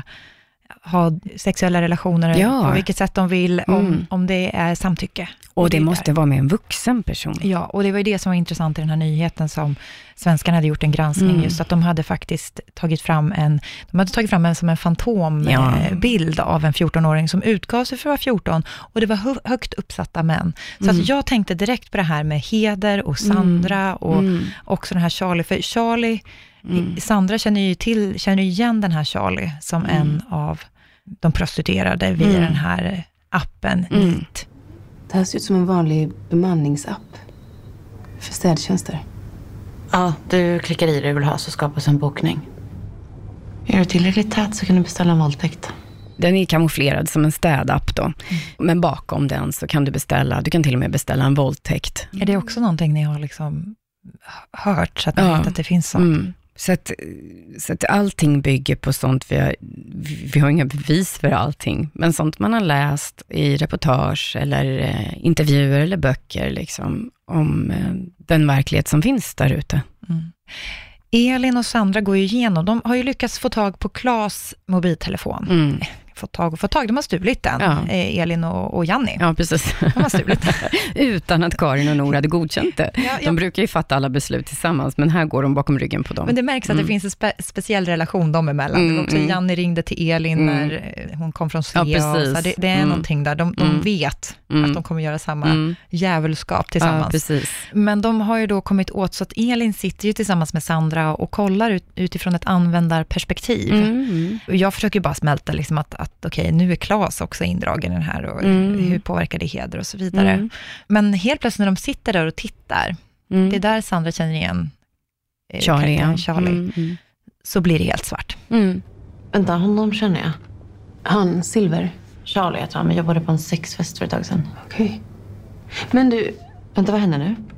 ha sexuella relationer ja. på vilket sätt de vill, om, mm. om det är samtycke. Och, och det, det måste där. vara med en vuxen person. Ja, och det var ju det som var intressant i den här nyheten som svenskarna hade gjort en granskning, mm. just att de hade faktiskt tagit fram en, de hade tagit fram en som en fantombild ja. av en fjortonåring som utgav sig för att vara fjorton, och det var hö- högt uppsatta män. Så mm. att jag tänkte direkt på det här med Heder och Sandra mm. och mm. också den här Charlie, för Charlie Mm. Sandra känner ju till, känner igen den här Charlie som mm. en av de prostituerade via mm. den här appen mm. Neat. Det här ser ut som en vanlig bemanningsapp för städtjänster. Ja, du klickar i det du vill ha så skapas en bokning. Är du tillräckligt tät så kan du beställa en våldtäkt. Den är kamouflerad som en städapp då. Mm. Men bakom den så kan du beställa, du kan till och med beställa en våldtäkt. Är det också någonting ni har liksom hört så att ni ja. vet att det finns sånt? Mm. Så att, så att allting bygger på sånt, vi har, vi har inga bevis för allting, men sånt man har läst i reportage eller eh, intervjuer eller böcker liksom, om eh, den verklighet som finns där ute. Mm. Elin och Sandra går ju igenom, de har ju lyckats få tag på Klas mobiltelefon. Mm. Få tag och få tag, de har stulit den, ja. Elin och, och Janni. Ja, precis. De har stulit den. Utan att Karin och Nor hade godkänt det. Ja, ja. De brukar ju fatta alla beslut tillsammans, men här går de bakom ryggen på dem. Men det märks mm. att det finns en spe- speciell relation dem emellan. Mm, det var också mm. Janni ringde till Elin mm. när hon kom från Svea. Ja, så det, det är mm. någonting där. De, de mm. vet mm. att de kommer göra samma mm. djävulskap tillsammans. Ja, precis. Men de har ju då kommit åt så att Elin sitter ju tillsammans med Sandra och kollar ut, utifrån ett användarperspektiv. Mm. Och jag försöker bara smälta liksom att, att okej, okay, nu är Klas också indragen i den här och mm. hur påverkar det heder och så vidare. Mm. Men helt plötsligt när de sitter där och tittar, mm. det är där Sandra känner igen eh, Charlie, ja. Charlie mm, mm. så blir det helt svart. Mm. Vänta, honom känner jag. Han, Silver, Charlie heter han, men jobbade på en sexfest för ett tag sedan. Okej. Okay. Men du, vänta, vad händer nu?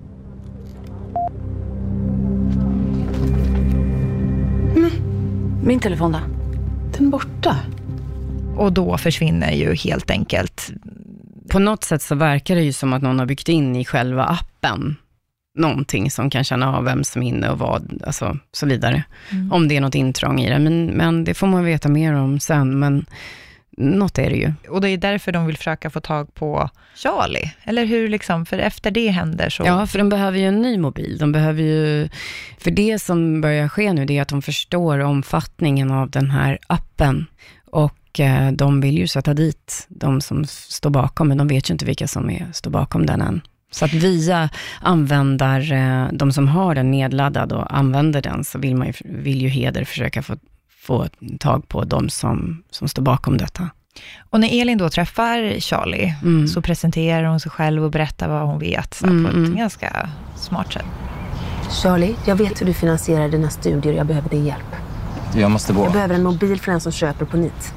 Mm. Min telefon då? Den borta. Och då försvinner ju helt enkelt. På något sätt så verkar det ju som att någon har byggt in i själva appen någonting som kan känna av vem som är inne och vad, alltså så vidare. Mm. Om det är något intrång i det. Men, men det får man veta mer om sen. Men något är det ju. Och det är därför de vill försöka få tag på Charlie. Eller hur liksom, för efter det händer så... Ja, för de behöver ju en ny mobil. De behöver ju... För det som börjar ske nu, det är att de förstår omfattningen av den här appen. Och de vill ju sätta dit de som står bakom, men de vet ju inte vilka som är, står bakom den än. Så att via användar, de som har den nedladdad och använder den, så vill, man ju, vill ju Heder försöka få, få tag på de som, som står bakom detta. Och när Elin då träffar Charlie mm. så presenterar hon sig själv och berättar vad hon vet så mm, på ett mm. ganska smart sätt. Charlie, jag vet hur du finansierar dina studier och jag behöver din hjälp. Jag måste gå. Jag behöver en mobil för den som köper på Nit.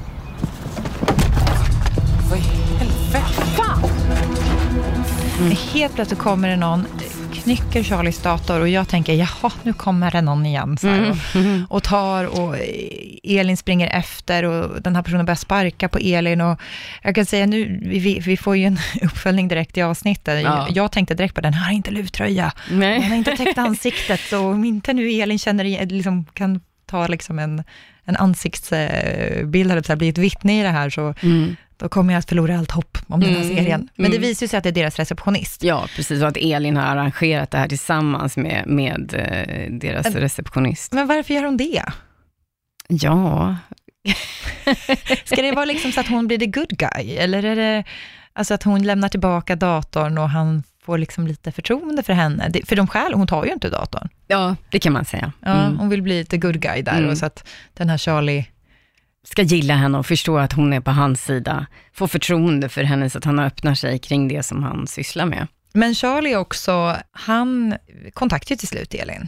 Vad i helvete? Fan! Mm. Helt plötsligt kommer det någon, knycker Charlies dator och jag tänker, jaha, nu kommer det någon igen. Så här, mm. och, och tar och Elin springer efter och den här personen börjar sparka på Elin och jag kan säga nu, vi, vi får ju en uppföljning direkt i avsnittet. Ja. Jag, jag tänkte direkt på den här inte luvtröja. Nej. Den har inte täckt ansiktet och om inte nu Elin känner liksom kan ta liksom en, en ansiktsbild eller så här, bli ett vittne i det här så mm. då kommer jag att förlora allt hopp om den här mm. serien. Men mm. det visar ju sig att det är deras receptionist. Ja, precis. Och att Elin har arrangerat det här tillsammans med, med eh, deras men, receptionist. Men varför gör hon det? Ja. Ska det vara liksom så att hon blir the good guy? Eller är det alltså att hon lämnar tillbaka datorn och han får liksom lite förtroende för henne? Det, för de själv, hon tar ju inte datorn. Ja, det kan man säga. Ja, mm. hon vill bli the good guy där. Mm. Och så att den här Charlie ska gilla henne och förstå att hon är på hans sida. Få förtroende för henne så att han öppnar sig kring det som han sysslar med. Men Charlie också, han kontaktar ju till slut Elin.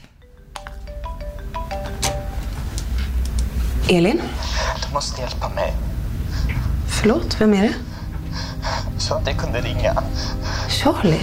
Elin? Du måste hjälpa mig. Förlåt, vem är det? Så att jag kunde ringa. Charlie?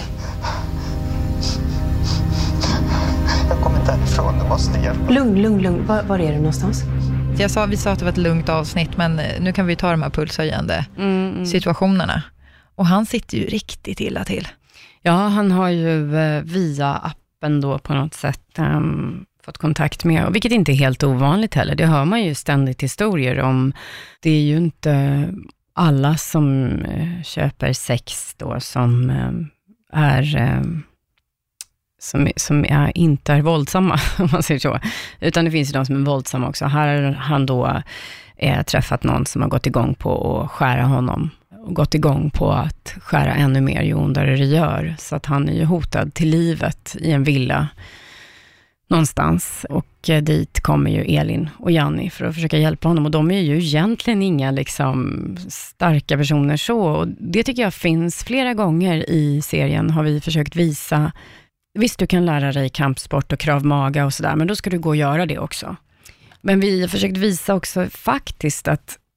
Jag kommer därifrån, du måste hjälpa. Lugn, lugn, lugn. Var, var är du någonstans? Jag sa, vi sa att det var ett lugnt avsnitt, men nu kan vi ta de här pulshöjande mm, mm. situationerna. Och han sitter ju riktigt illa till. Ja, han har ju eh, via appen då på något sätt um, fått kontakt med, och vilket inte är helt ovanligt heller. Det hör man ju ständigt historier om. Det är ju inte alla som eh, köper sex då som eh, är... Eh, som, som är, inte är våldsamma, om man säger så. Utan det finns ju de som är våldsamma också. Här har han då eh, träffat någon som har gått igång på att skära honom. Och gått igång på att skära ännu mer ju ondare det gör. Så att han är ju hotad till livet i en villa någonstans. Och eh, dit kommer ju Elin och Janni för att försöka hjälpa honom. Och de är ju egentligen inga liksom starka personer så. Och det tycker jag finns flera gånger i serien, har vi försökt visa. Visst, du kan lära dig kampsport och krav maga och sådär, men då ska du gå och göra det också. Men vi har försökt visa också faktiskt att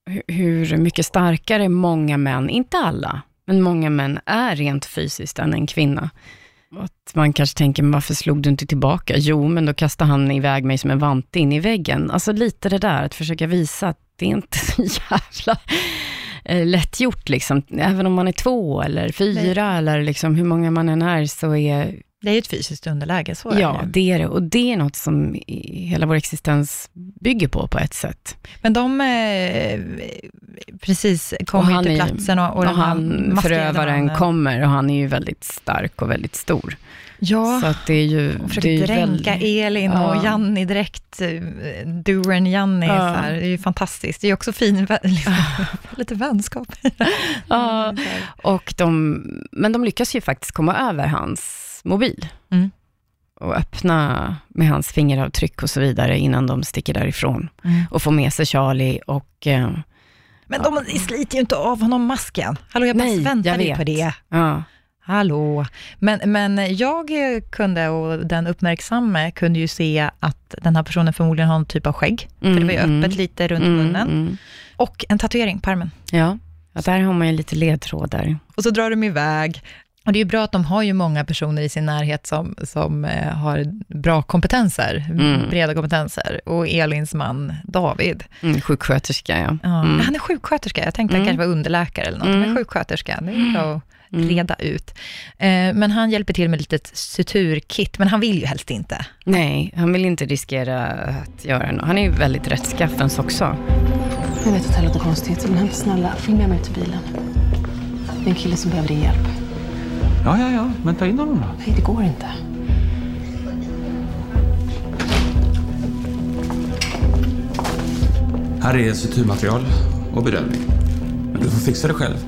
hur mycket starkare många män, inte alla, men många män är rent fysiskt än en kvinna. Att man kanske tänker, men varför slog du inte tillbaka? Jo, men då kastade han iväg mig som en vante in i väggen. Alltså lite det där, att försöka visa att det är inte så jävla eh, lätt gjort liksom. Även om man är två eller fyra Nej. eller liksom hur många man än är, så är... Det är ju ett fysiskt underläge, så är ja, det. det är det. Och det är något som hela vår existens bygger på på ett sätt. Men de eh, precis kommer till platsen och, och, och han, förövaren han, kommer och han är ju väldigt stark och väldigt stor. Ja, så att det är ju... och försöker dränka väldigt... Elin ja. och Janni direkt, Duren Janni, ja. så här, det är ju fantastiskt. Det är också fin, liksom, lite vänskap. ja, och de, men de lyckas ju faktiskt komma över hans mobil mm. och öppna med hans fingeravtryck och så vidare innan de sticker därifrån mm. och får med sig Charlie och eh, men de ja. sliter ju inte av honom masken. Hallå, jag bara Nej, väntar jag på det. Ja. Hallå. Men, men jag kunde, och den uppmärksamme kunde ju se att den här personen förmodligen har en typ av skägg. Mm, för det var ju öppet mm, lite runt mm, munnen. Mm. Och en tatuering på armen. Ja, ja, där har man ju lite ledtrådar. Och så drar de iväg. Och det är ju bra att de har ju många personer i sin närhet som, som eh, har bra kompetenser, mm. breda kompetenser. Och Elins man, David. Mm, sjuksköterska, ja. ja mm. Han är sjuksköterska. Jag tänkte mm. att han kanske var underläkare eller något. Mm. Men sjuksköterska, det är bra att mm. reda ut. Eh, men han hjälper till med ett litet suturkit. Men han vill ju helst inte. Nej, han vill inte riskera att göra något. Han är ju väldigt rättskaffens också. Jag vet att det låter konstigt, men snälla, följ med mig till bilen. Det är en kille som behöver din hjälp. Ja, ja, ja. Men ta in honom då. Nej, det går inte. Här är suturmaterial och bedövning. Men du får fixa det själv.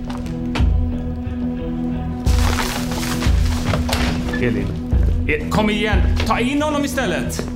Elin. Kom igen. Ta in honom istället.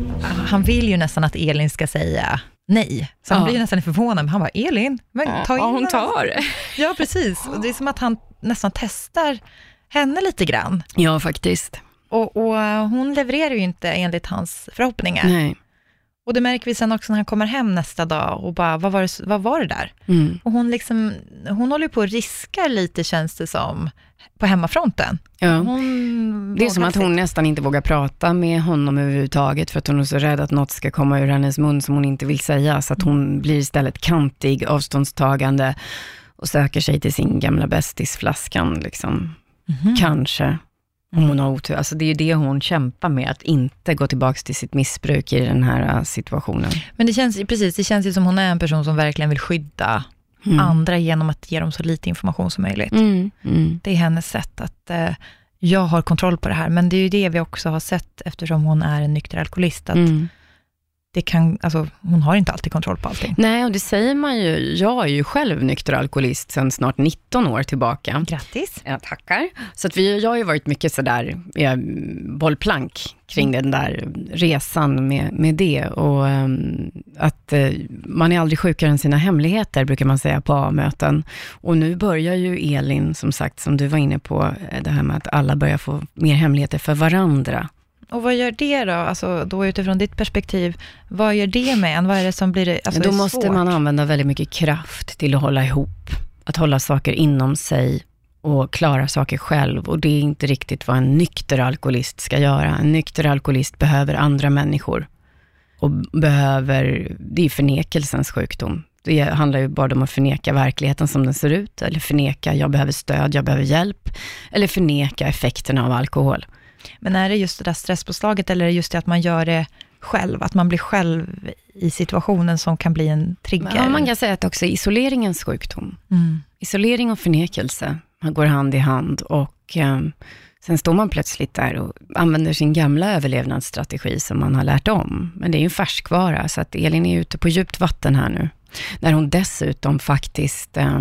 Han vill ju nästan att Elin ska säga nej. Så ja. han blir ju nästan förvånad. Men han bara, Elin, men ta in ja, hon tar. Ja, precis. Och det är som att han nästan testar henne lite grann. Ja, faktiskt. Och, och hon levererar ju inte enligt hans förhoppningar. Nej. Och det märker vi sen också när han kommer hem nästa dag och bara, vad var det, vad var det där? Mm. Och hon liksom, hon håller på att riska lite, känns det som, på hemmafronten. Ja. Hon det är som att hon nästan inte vågar prata med honom överhuvudtaget för att hon är så rädd att något ska komma ur hennes mun som hon inte vill säga. Så att hon blir istället kantig, avståndstagande och söker sig till sin gamla bästisflaskan liksom. Mm-hmm. Kanske. Om hon har otur. Alltså det är ju det hon kämpar med, att inte gå tillbaka till sitt missbruk i den här situationen. Men det känns precis, det känns ju som hon är en person som verkligen vill skydda mm. andra genom att ge dem så lite information som möjligt. Mm. Mm. Det är hennes sätt att eh, jag har kontroll på det här. Men det är ju det vi också har sett eftersom hon är en nykter alkoholist, att mm. det kan, alltså, hon har inte alltid kontroll på allting. Nej, och det säger man ju. Jag är ju själv nykter alkoholist sedan snart nitton år tillbaka. Grattis. Ja, tackar. Så att vi, jag har ju varit mycket sådär ja, bollplank kring mm. den där resan med, med det. Och um, att uh, man är aldrig sjukare än sina hemligheter, brukar man säga på A-möten. Och nu börjar ju Elin, som sagt, som du var inne på, det här med att alla börjar få mer hemligheter för varandra. Och vad gör det då? Alltså då utifrån ditt perspektiv, vad gör det med en? Vad är det som blir alltså, ja, då måste svårt? Man använda väldigt mycket kraft till att hålla ihop. Att hålla saker inom sig och klara saker själv. Och det är inte riktigt vad en nykter alkoholist ska göra. En nykter alkoholist behöver andra människor. Och behöver, det är förnekelsens sjukdom. Det handlar ju bara om att förneka verkligheten som den ser ut. Eller förneka, jag behöver stöd, jag behöver hjälp. Eller förneka effekterna av alkohol. Men är det just det där stresspåslaget eller är det just det att man gör det själv? Att man blir själv i situationen som kan bli en trigger? Ja, man kan säga att också isoleringens sjukdom. Mm. Isolering och förnekelse går hand i hand och eh, sen står man plötsligt där och använder sin gamla överlevnadsstrategi som man har lärt om. Men det är ju en färskvara så att Elin är ute på djupt vatten här nu. När hon dessutom faktiskt eh,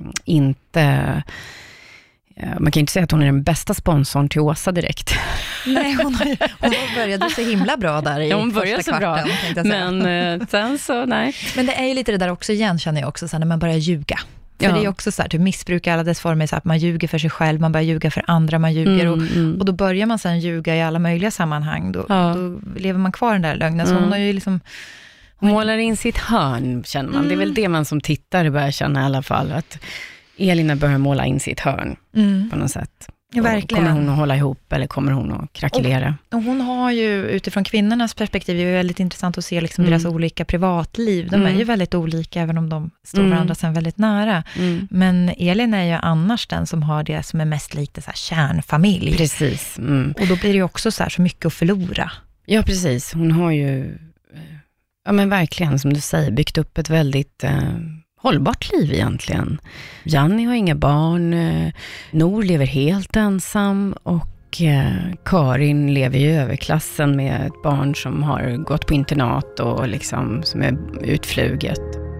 inte... Man kan ju inte säga att hon är den bästa sponsorn till Åsa direkt. Nej, hon, har, hon började så himla bra där i ja, hon första så kvarten. Bra. Men eh, sen så, nej. Men det är ju lite det där också igen, känner jag också, så här, när man börjar ljuga. För ja. Det är också så här, typ missbruk alla dess former, så att man ljuger för sig själv, man börjar ljuga för andra, man ljuger. Mm, och, mm. och då börjar man sen ljuga i alla möjliga sammanhang. Då, ja. då lever man kvar den där lögnen. Så mm. hon har ju liksom... Hon målar in sitt hörn, känner man. Mm. Det är väl det man som tittare börjar känna i alla fall. Att Elina börjar måla in sitt hörn mm. på något sätt. Ja, verkligen. Kommer hon att hålla ihop eller kommer hon att krackelera? Och, och hon har ju, utifrån kvinnornas perspektiv, det är väldigt intressant att se liksom mm. deras olika privatliv. De mm. är ju väldigt olika, även om de står mm. varandra sen väldigt nära. Mm. Men Elin är ju annars den som har det som är mest lite så här kärnfamilj. Precis. Mm. Och då blir det ju också så här så mycket att förlora. Ja, precis. Hon har ju, ja men verkligen som du säger, byggt upp ett väldigt... Eh, hållbart liv egentligen. Janni har inga barn, Nor lever helt ensam och eh, Karin lever i överklassen med ett barn som har gått på internat och liksom som är utfluget.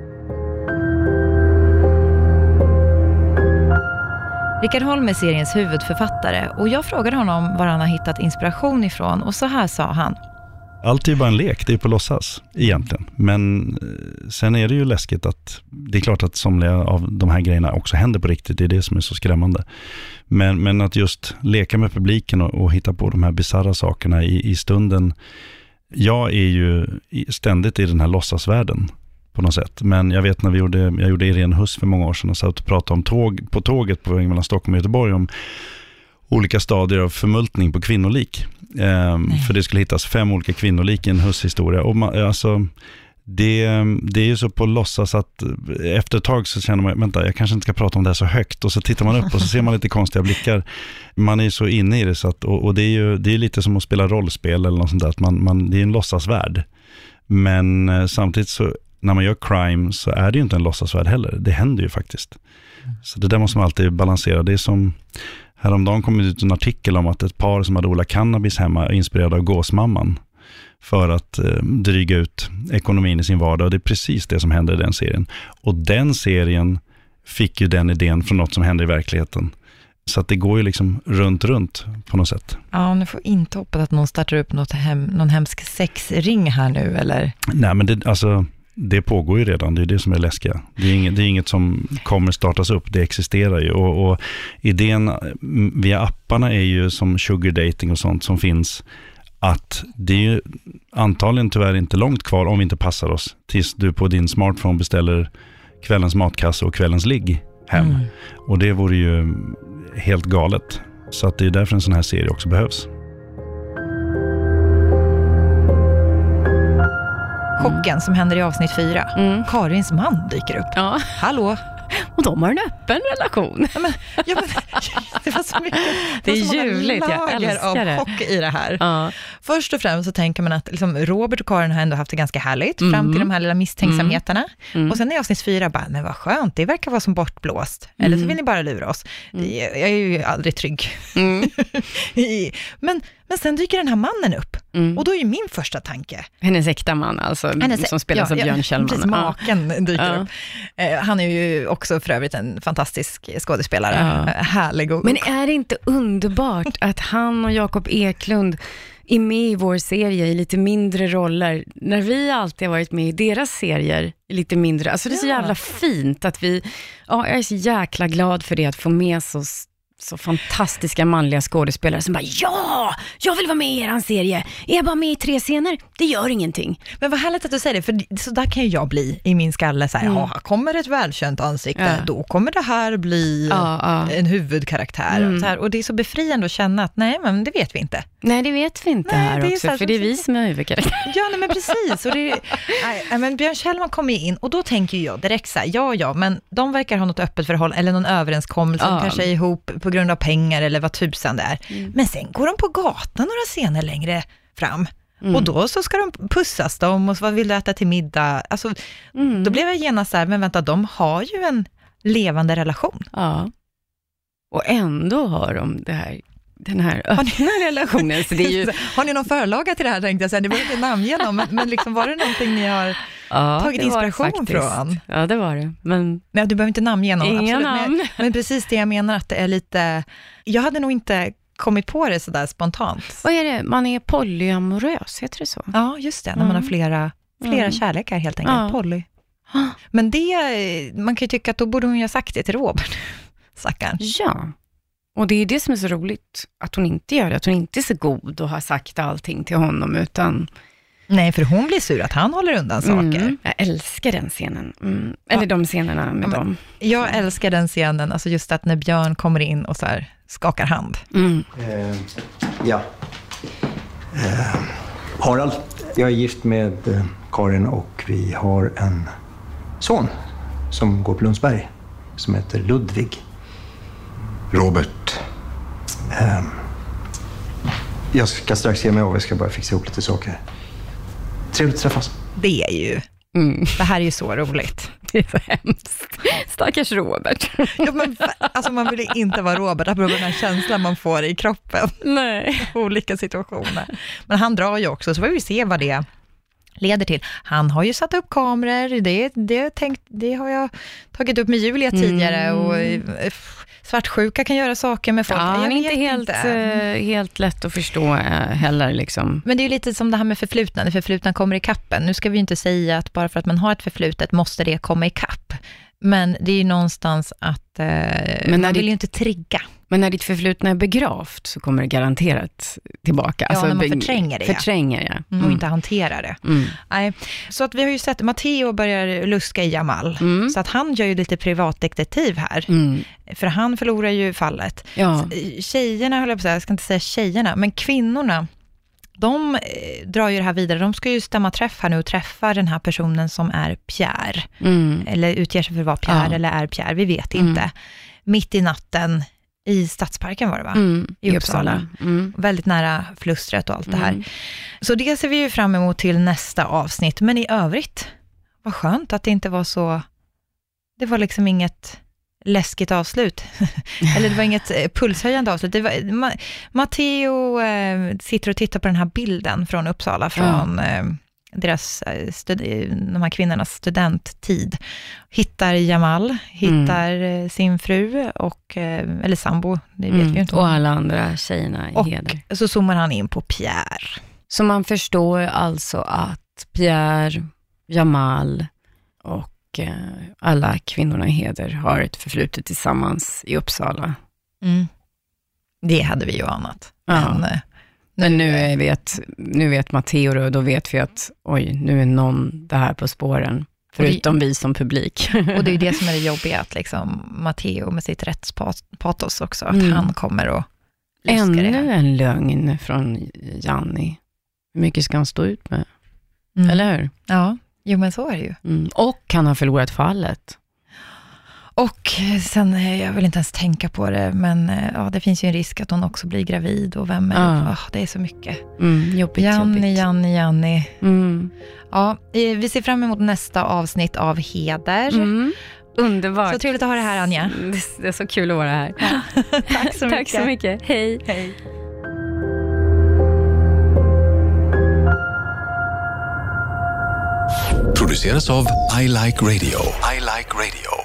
Rickard Holm är seriens huvudförfattare och jag frågade honom var han har hittat inspiration ifrån och så här sa han. Allt är ju bara en lek, det är på låtsas egentligen. Men sen är det ju läskigt att det är klart att somliga av de här grejerna också händer på riktigt. Det är det som är så skrämmande. Men, men att just leka med publiken och, och hitta på de här bizarra sakerna i, i stunden. Jag är ju ständigt i den här låtsasvärlden på något sätt. Men jag vet när vi gjorde, jag gjorde Irene Huss för många år sedan och satt och pratade om tåg, på tåget på väg mellan Stockholm och Göteborg om olika stadier av förmultning på kvinnolik. Ehm, för det skulle hittas fem olika kvinnolik i en husshistoria. Och man, alltså, det, det är ju så på låtsas att efter ett tag så känner man, vänta, jag kanske inte ska prata om det här så högt. Och så tittar man upp och så ser man lite konstiga blickar. Man är ju så inne i det. Så att, och, och det är ju det är lite som att spela rollspel eller något sånt där. Att man, man, det är en låtsasvärld. Men eh, samtidigt så när man gör crime så är det ju inte en låtsasvärld heller. Det händer ju faktiskt. Så det där måste man alltid balansera. Det är som... Häromdagen kom det ut en artikel om att ett par som hade odlat cannabis hemma är inspirerade av gåsmamman för att eh, dryga ut ekonomin i sin vardag. Och det är precis det som händer i den serien. Och den serien fick ju den idén från något som händer i verkligheten. Så att det går ju liksom runt, runt på något sätt. Ja, nu får inte hoppas att någon startar upp något hem, någon hemsk sexring här nu, eller? Nej, men det, alltså... Det pågår ju redan, det är det som är läskiga. Det är inget, det är inget som kommer startas upp, det existerar ju. Och, och idén via apparna är ju som sugar dating och sånt som finns. Att det är ju antagligen tyvärr inte långt kvar om vi inte passar oss. Tills du på din smartphone beställer kvällens matkasse och kvällens ligg hem. Mm. Och det vore ju helt galet. Så att det är därför en sån här serie också behövs. Chocken som händer i avsnitt fyra. Mm. Karins man dyker upp. Ja. Hallå. Och de har en öppen relation. Ja, men, ja, men, det var så mycket. Det är ljuvligt, jag älskar av det. chock i det här. Ja. Först och främst så tänker man att liksom, Robert och Karin har ändå haft det ganska härligt mm. fram till de här lilla misstänksamheterna. Mm. Och sen i avsnitt fyra bara, men vad skönt, det verkar vara som bortblåst. Mm. Eller så vill ni bara lura oss. Mm. Jag, jag är ju aldrig trygg. Mm. men, men sen dyker den här mannen upp. Mm. Och då är ju min första tanke. Hennes äkta man alltså, Hennes, som spelas ja, av Björn ja, Kjellman. Precis, maken dyker ja. upp. Eh, han är ju också för övrigt en fantastisk skådespelare. Ja. Eh, härlig och... Men är det inte underbart att han och Jakob Eklund är med i vår serie i lite mindre roller, när vi alltid har varit med i deras serier i lite mindre. Alltså det är så jävla fint att vi, ja, jag är så jäkla glad för det, att få med så, så fantastiska manliga skådespelare som bara, ja, jag vill vara med i er serie. Är jag bara med i tre scener? Det gör ingenting. Men vad härligt att du säger det, för så där kan ju jag bli i min skalle. Så här, mm. ja, kommer ett välkänt ansikte, ja. då kommer det här bli ja, ja. en huvudkaraktär. Mm. Och, så här, och det är så befriande att känna att nej, men det vet vi inte. Nej, det vet vi inte nej, här också, här, för det är vi som är huvudkaraktär. Ja, nej, men precis. Och det är, nej, men Björn Kjellman kommer in och då tänker jag direkt så här, ja, ja, men de verkar ha något öppet förhåll eller någon överenskommelse, ja. kanske ihop på grund av pengar eller vad tusan det är. Mm. Men sen går de på gatan några scener längre fram. Mm. Och då så ska de pussas dem och så vad vill du äta till middag? Alltså, mm. då blev jag genast så här, men vänta, de har ju en levande relation. Ja. Och ändå har de det här, den här öppna relationen. Så det är ju... Har ni någon förlaga till det här, tänkte jag säga? Det var inte namn igenom, men, men liksom, var det någonting ni har ja, tagit inspiration från? Ja, det var det. Men... Nej, du behöver inte namn igenom. Inga absolut. namn. Men, men precis det jag menar, att det är lite... Jag hade nog inte kommit på det sådär spontant. Vad är det? Man är polyamorös, heter det så? Ja, just det. När mm. man har flera, flera mm. kärlekar helt enkelt. Ja. Poly. Men det, man kan ju tycka att då borde hon ju ha sagt det till Robert. Sackarn. Ja. Och det är det som är så roligt, att hon inte gör det. Att hon inte är så god och har sagt allting till honom, utan Nej, för hon blir sur att han håller undan saker. Mm. Jag älskar den scenen. Mm. Eller ja. de scenerna med ja, dem. Jag älskar den scenen, alltså just att när Björn kommer in och så här skakar hand. Mm. Eh, ja. Eh, Harald, jag är gift med eh, Karin och vi har en son som går på Lundsberg som heter Ludvig. Robert. Eh, jag ska strax ge mig av, jag ska bara fixa ihop lite saker. Trevligt att träffas. Det är ju, mm. det här är ju så roligt. Det är så hemskt. Stackars Robert. Ja, men, alltså man vill inte vara Robert, apropå den här känslan man får i kroppen. Nej. Olika situationer. Men han drar ju också, så får vi se vad det leder till. Han har ju satt upp kameror, det, det, tänkt, det har jag tagit upp med Julia tidigare. Mm. Och svartsjuka kan göra saker med folk. Ja, han är inte helt, inte helt lätt att förstå heller. Liksom. Men det är ju lite som det här med förflutna. När förflutna kommer i kappen. Nu ska vi inte säga att bara för att man har ett förflutet måste det komma i kapp. Men det är ju någonstans att eh, men man vill ditt, ju inte trigga. Men när ditt förflutna är begravt så kommer det garanterat tillbaka. Ja, alltså, när man förtränger det. Förtränger, ja. Mm. Och inte hanterar det. Mm. Nej. Så att vi har ju sett Matteo börjar luska i Jamal. Mm. Så att han gör ju lite privatdetektiv här. Mm. För han förlorar ju fallet. Ja. Tjejerna, höll jag på att säga, jag ska inte säga tjejerna, men kvinnorna, de drar ju det här vidare. De ska ju stämma träff här nu och träffa den här personen som är Pierre. Mm. Eller utger sig för att vara Pierre ja. eller är Pierre. Vi vet mm. inte. Mitt i natten i Stadsparken var det va? Mm. I Uppsala. Mm. Väldigt nära flustret och allt mm. det här. Så det ser vi ju fram emot till nästa avsnitt. Men i övrigt, vad skönt att det inte var så... Det var liksom inget... läskigt avslut. Eller det var inget pulshöjande avslut. Det var, Ma- Matteo eh, sitter och tittar på den här bilden från Uppsala från ja. eh, deras stud- de här kvinnornas studenttid. Hittar Jamal, hittar mm. sin fru och eh, eller sambo, det vet mm. vi inte. Och alla andra tjejerna i och heder. Så zoomar han in på Pierre. Så man förstår alltså att Pierre, Jamal och alla kvinnorna i heder har ett förflutet tillsammans i Uppsala. Mm. Det hade vi ju anat. Ja. Men, Men nu, är vet, nu vet Matteo och då vet vi att oj, nu är någon det här på spåren. Förutom det, vi som publik. Och det är ju det som är det jobbiga, att liksom Matteo med sitt rättspatos också, att mm. han kommer och ännu det en lögn från Janni. Hur mycket ska han stå ut med? Mm. Eller hur? Ja. Jo, men så är det ju. Mm. Och han har förlorat fallet. Och sen, jag vill inte ens tänka på det, men ja, det finns ju en risk att hon också blir gravid. Och vem är det? Ah. Oh, det är så mycket. Mm, jobbigt, Janni, jobbigt. Janni, Janni. Mm. Ja, vi ser fram emot nästa avsnitt av Heder. Mm. Underbart. Så trevligt att ha det här, Anja. Det är så kul att vara här. Ja. Tack så mycket. Tack så mycket. Hej. Hej. Produceras av I Like Radio. I Like Radio.